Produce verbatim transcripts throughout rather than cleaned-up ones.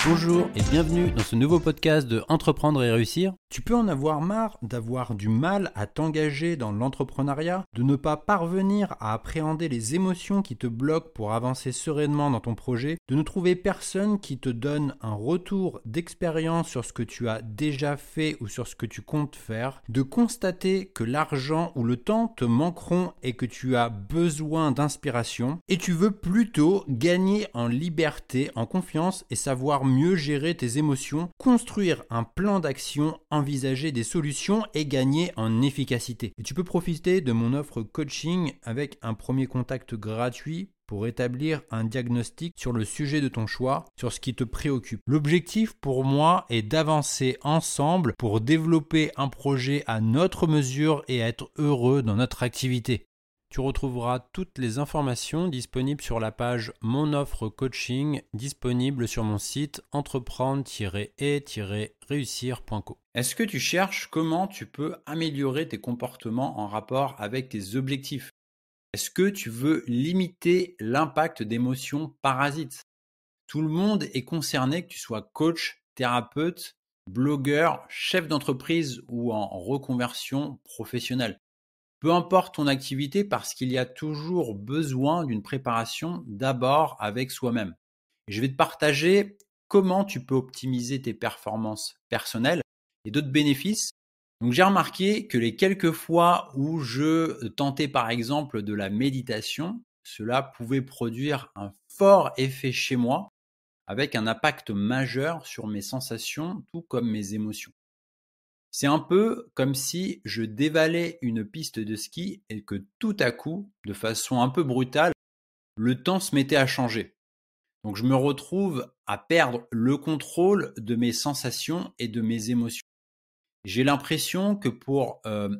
Bonjour et bienvenue dans ce nouveau podcast de Entreprendre et réussir. Tu peux en avoir marre d'avoir du mal à t'engager dans l'entrepreneuriat, de ne pas parvenir à appréhender les émotions qui te bloquent pour avancer sereinement dans ton projet, de ne trouver personne qui te donne un retour d'expérience sur ce que tu as déjà fait ou sur ce que tu comptes faire, de constater que l'argent ou le temps te manqueront et que tu as besoin d'inspiration, et tu veux plutôt gagner en liberté, en confiance et savoir mieux gérer tes émotions, construire un plan d'action, envisager des solutions et gagner en efficacité. Et tu peux profiter de mon offre coaching avec un premier contact gratuit pour établir un diagnostic sur le sujet de ton choix, sur ce qui te préoccupe. L'objectif pour moi est d'avancer ensemble pour développer un projet à notre mesure et être heureux dans notre activité. Tu retrouveras toutes les informations disponibles sur la page Mon offre coaching, disponible sur mon site entreprendre et réussir point co. Est-ce que tu cherches comment tu peux améliorer tes comportements en rapport avec tes objectifs? Est-ce que tu veux limiter l'impact d'émotions parasites? Tout le monde est concerné, que tu sois coach, thérapeute, blogueur, chef d'entreprise ou en reconversion professionnelle. Peu importe ton activité, parce qu'il y a toujours besoin d'une préparation d'abord avec soi-même. Je vais te partager comment tu peux optimiser tes performances personnelles et d'autres bénéfices. Donc, j'ai remarqué que les quelques fois où je tentais par exemple de la méditation, cela pouvait produire un fort effet chez moi avec un impact majeur sur mes sensations tout comme mes émotions. C'est un peu comme si je dévalais une piste de ski et que tout à coup, de façon un peu brutale, le temps se mettait à changer. Donc je me retrouve à perdre le contrôle de mes sensations et de mes émotions. J'ai l'impression que pour euh,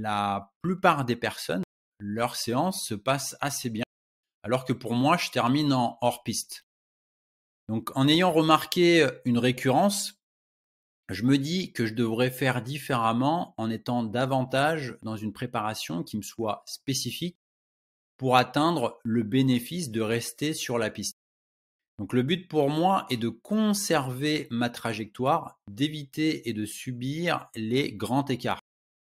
la plupart des personnes, leur séance se passe assez bien, alors que pour moi, je termine en hors-piste. Donc en ayant remarqué une récurrence, je me dis que je devrais faire différemment en étant davantage dans une préparation qui me soit spécifique pour atteindre le bénéfice de rester sur la piste. Donc le but pour moi est de conserver ma trajectoire, d'éviter et de subir les grands écarts.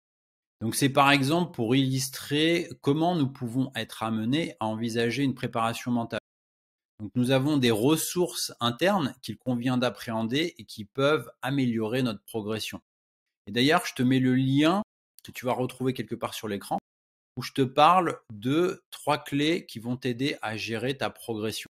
Donc c'est par exemple pour illustrer comment nous pouvons être amenés à envisager une préparation mentale. Donc nous avons des ressources internes qu'il convient d'appréhender et qui peuvent améliorer notre progression. Et d'ailleurs, je te mets le lien que tu vas retrouver quelque part sur l'écran où je te parle de trois clés qui vont t'aider à gérer ta progression.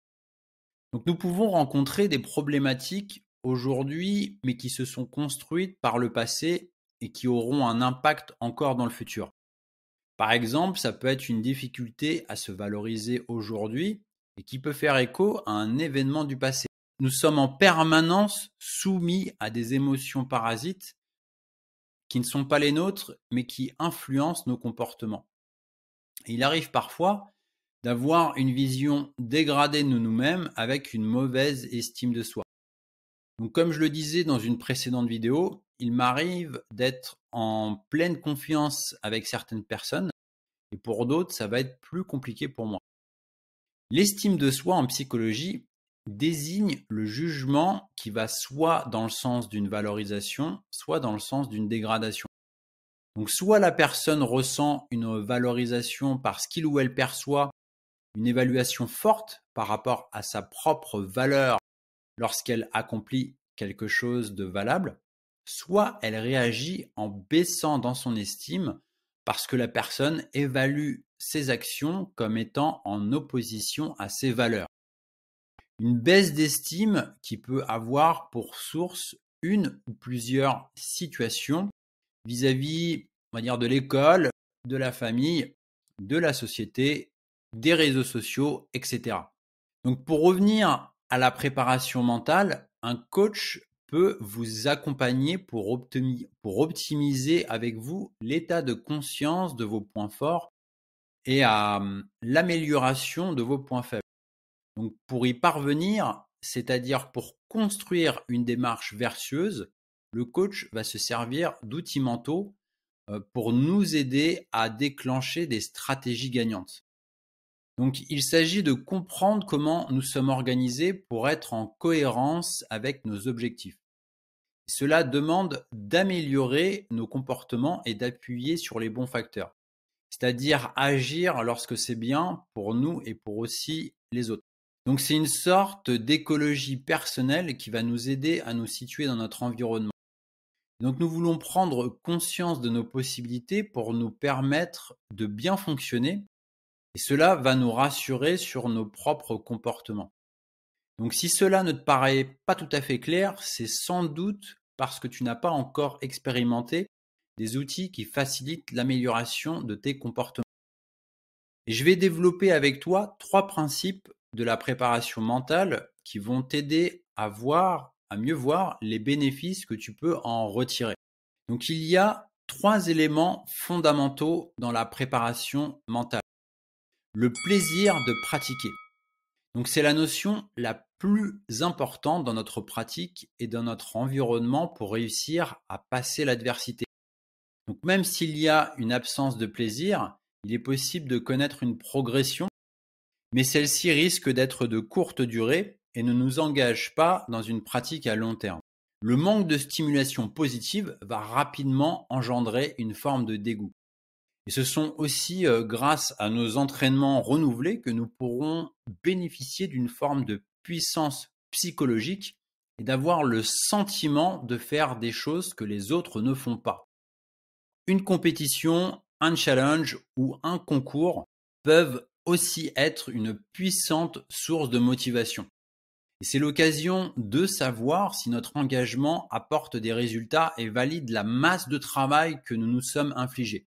Donc nous pouvons rencontrer des problématiques aujourd'hui, mais qui se sont construites par le passé et qui auront un impact encore dans le futur. Par exemple, ça peut être une difficulté à se valoriser aujourd'hui et qui peut faire écho à un événement du passé. Nous sommes en permanence soumis à des émotions parasites qui ne sont pas les nôtres, mais qui influencent nos comportements. Et il arrive parfois d'avoir une vision dégradée de nous-mêmes avec une mauvaise estime de soi. Donc, comme je le disais dans une précédente vidéo, il m'arrive d'être en pleine confiance avec certaines personnes et pour d'autres, ça va être plus compliqué pour moi. L'estime de soi en psychologie désigne le jugement qui va soit dans le sens d'une valorisation, soit dans le sens d'une dégradation. Donc soit la personne ressent une valorisation parce qu'il ou elle perçoit une évaluation forte par rapport à sa propre valeur lorsqu'elle accomplit quelque chose de valable, soit elle réagit en baissant dans son estime parce que la personne évalue ses actions comme étant en opposition à ses valeurs. Une baisse d'estime qui peut avoir pour source une ou plusieurs situations vis-à-vis, on va dire, de l'école, de la famille, de la société, des réseaux sociaux, et cetera. Donc pour revenir à la préparation mentale, un coach peut vous accompagner pour, optimi- pour optimiser avec vous l'état de conscience de vos points forts et à euh, l'amélioration de vos points faibles. Donc pour y parvenir, c'est-à-dire pour construire une démarche vertueuse, le coach va se servir d'outils mentaux euh, pour nous aider à déclencher des stratégies gagnantes. Donc, il s'agit de comprendre comment nous sommes organisés pour être en cohérence avec nos objectifs. Cela demande d'améliorer nos comportements et d'appuyer sur les bons facteurs, c'est-à-dire agir lorsque c'est bien pour nous et pour aussi les autres. Donc, c'est une sorte d'écologie personnelle qui va nous aider à nous situer dans notre environnement. Donc, nous voulons prendre conscience de nos possibilités pour nous permettre de bien fonctionner et cela va nous rassurer sur nos propres comportements. Donc, si cela ne te paraît pas tout à fait clair, c'est sans doute parce que tu n'as pas encore expérimenté des outils qui facilitent l'amélioration de tes comportements. Et je vais développer avec toi trois principes de la préparation mentale qui vont t'aider à voir, à mieux voir les bénéfices que tu peux en retirer. Donc, il y a trois éléments fondamentaux dans la préparation mentale. Le plaisir de pratiquer. Donc, c'est la notion la plus importante dans notre pratique et dans notre environnement pour réussir à passer l'adversité. Donc, même s'il y a une absence de plaisir, il est possible de connaître une progression, mais celle-ci risque d'être de courte durée et ne nous engage pas dans une pratique à long terme. Le manque de stimulation positive va rapidement engendrer une forme de dégoût. Et ce sont aussi euh, grâce à nos entraînements renouvelés que nous pourrons bénéficier d'une forme de puissance psychologique et d'avoir le sentiment de faire des choses que les autres ne font pas. Une compétition, un challenge ou un concours peuvent aussi être une puissante source de motivation. Et c'est l'occasion de savoir si notre engagement apporte des résultats et valide la masse de travail que nous nous sommes infligés.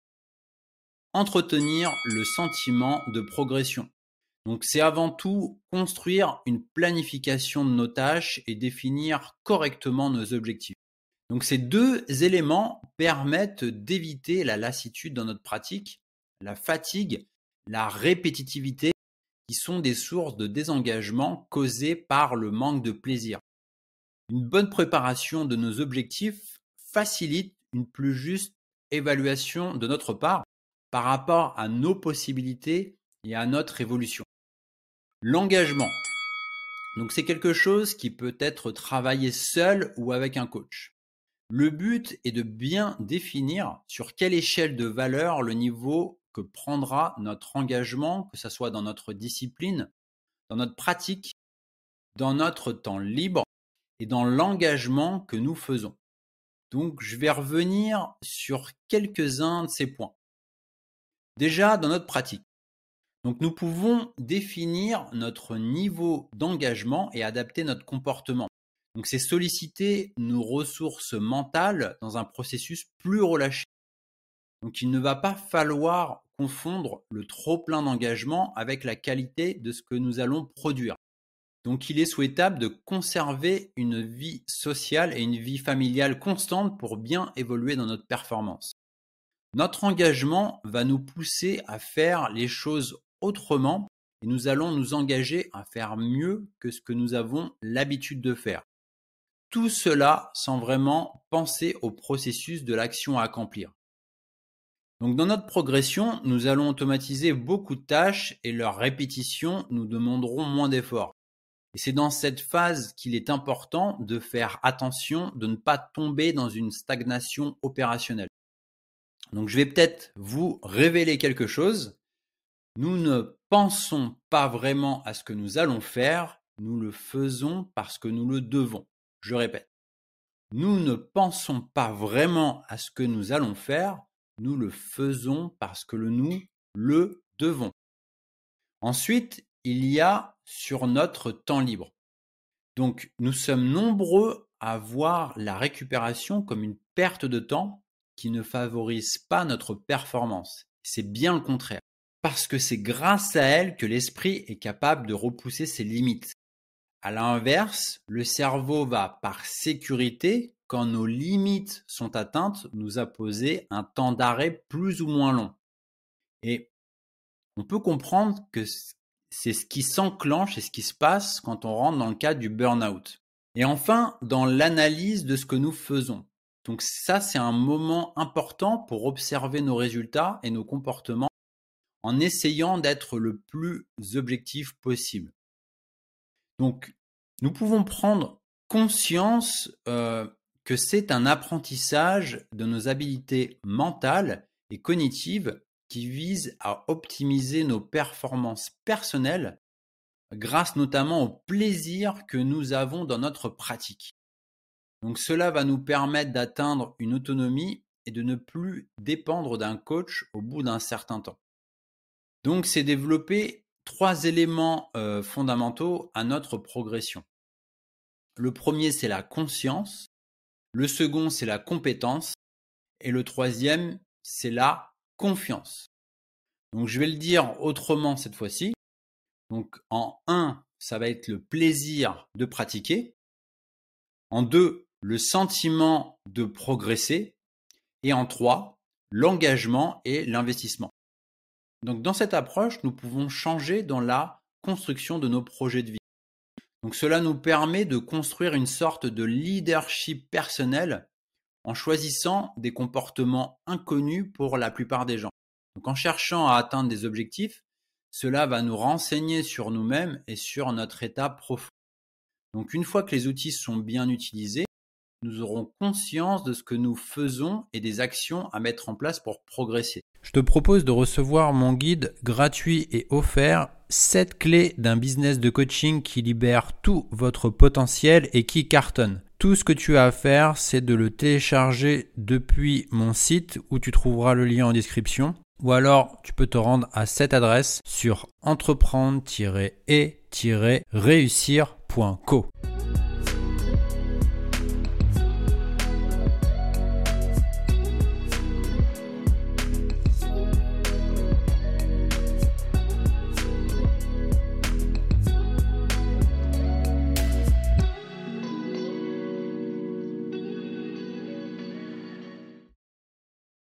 Entretenir le sentiment de progression. Donc, c'est avant tout construire une planification de nos tâches et définir correctement nos objectifs. Donc, ces deux éléments permettent d'éviter la lassitude dans notre pratique, la fatigue, la répétitivité, qui sont des sources de désengagement causées par le manque de plaisir. Une bonne préparation de nos objectifs facilite une plus juste évaluation de notre part par rapport à nos possibilités et à notre évolution. L'engagement. Donc, c'est quelque chose qui peut être travaillé seul ou avec un coach. Le but est de bien définir sur quelle échelle de valeur le niveau que prendra notre engagement, que ce soit dans notre discipline, dans notre pratique, dans notre temps libre et dans l'engagement que nous faisons. Donc, je vais revenir sur quelques-uns de ces points. Déjà, dans notre pratique. Donc, nous pouvons définir notre niveau d'engagement et adapter notre comportement. Donc, c'est solliciter nos ressources mentales dans un processus plus relâché. Donc, il ne va pas falloir confondre le trop plein d'engagement avec la qualité de ce que nous allons produire. Donc, il est souhaitable de conserver une vie sociale et une vie familiale constante pour bien évoluer dans notre performance. Notre engagement va nous pousser à faire les choses autrement et nous allons nous engager à faire mieux que ce que nous avons l'habitude de faire. Tout cela sans vraiment penser au processus de l'action à accomplir. Donc, dans notre progression, nous allons automatiser beaucoup de tâches et leur répétition nous demanderont moins d'efforts. Et c'est dans cette phase qu'il est important de faire attention de ne pas tomber dans une stagnation opérationnelle. Donc, je vais peut-être vous révéler quelque chose. Nous ne pensons pas vraiment à ce que nous allons faire, nous le faisons parce que nous le devons. Je répète, nous ne pensons pas vraiment à ce que nous allons faire, nous le faisons parce que nous le devons. Ensuite, il y a sur notre temps libre. Donc, nous sommes nombreux à voir la récupération comme une perte de temps qui ne favorise pas notre performance. C'est bien le contraire. Parce que c'est grâce à elle que l'esprit est capable de repousser ses limites. À l'inverse, le cerveau va, par sécurité, quand nos limites sont atteintes, nous imposer un temps d'arrêt plus ou moins long. Et on peut comprendre que c'est ce qui s'enclenche et ce qui se passe quand on rentre dans le cadre du burn-out. Et enfin, dans l'analyse de ce que nous faisons. Donc ça, c'est un moment important pour observer nos résultats et nos comportements en essayant d'être le plus objectif possible. Donc, nous pouvons prendre conscience euh, que c'est un apprentissage de nos habiletés mentales et cognitives qui vise à optimiser nos performances personnelles grâce notamment au plaisir que nous avons dans notre pratique. Donc cela va nous permettre d'atteindre une autonomie et de ne plus dépendre d'un coach au bout d'un certain temps. Donc c'est développer trois éléments euh, fondamentaux à notre progression. Le premier, c'est la conscience. Le second, c'est la compétence. Et le troisième, c'est la confiance. Donc, je vais le dire autrement cette fois-ci. Donc, en un, ça va être le plaisir de pratiquer. En deux, le sentiment de progresser. Et en trois, l'engagement et l'investissement. Donc, dans cette approche, nous pouvons changer dans la construction de nos projets de vie. Donc cela nous permet de construire une sorte de leadership personnel en choisissant des comportements inconnus pour la plupart des gens. Donc en cherchant à atteindre des objectifs, cela va nous renseigner sur nous-mêmes et sur notre état profond. Donc une fois que les outils sont bien utilisés, nous aurons conscience de ce que nous faisons et des actions à mettre en place pour progresser. Je te propose de recevoir mon guide gratuit et offert sept clés d'un business de coaching qui libère tout votre potentiel et qui cartonne. Tout ce que tu as à faire, c'est de le télécharger depuis mon site où tu trouveras le lien en description. Ou alors, tu peux te rendre à cette adresse sur entreprendre tiret et tiret réussir point co.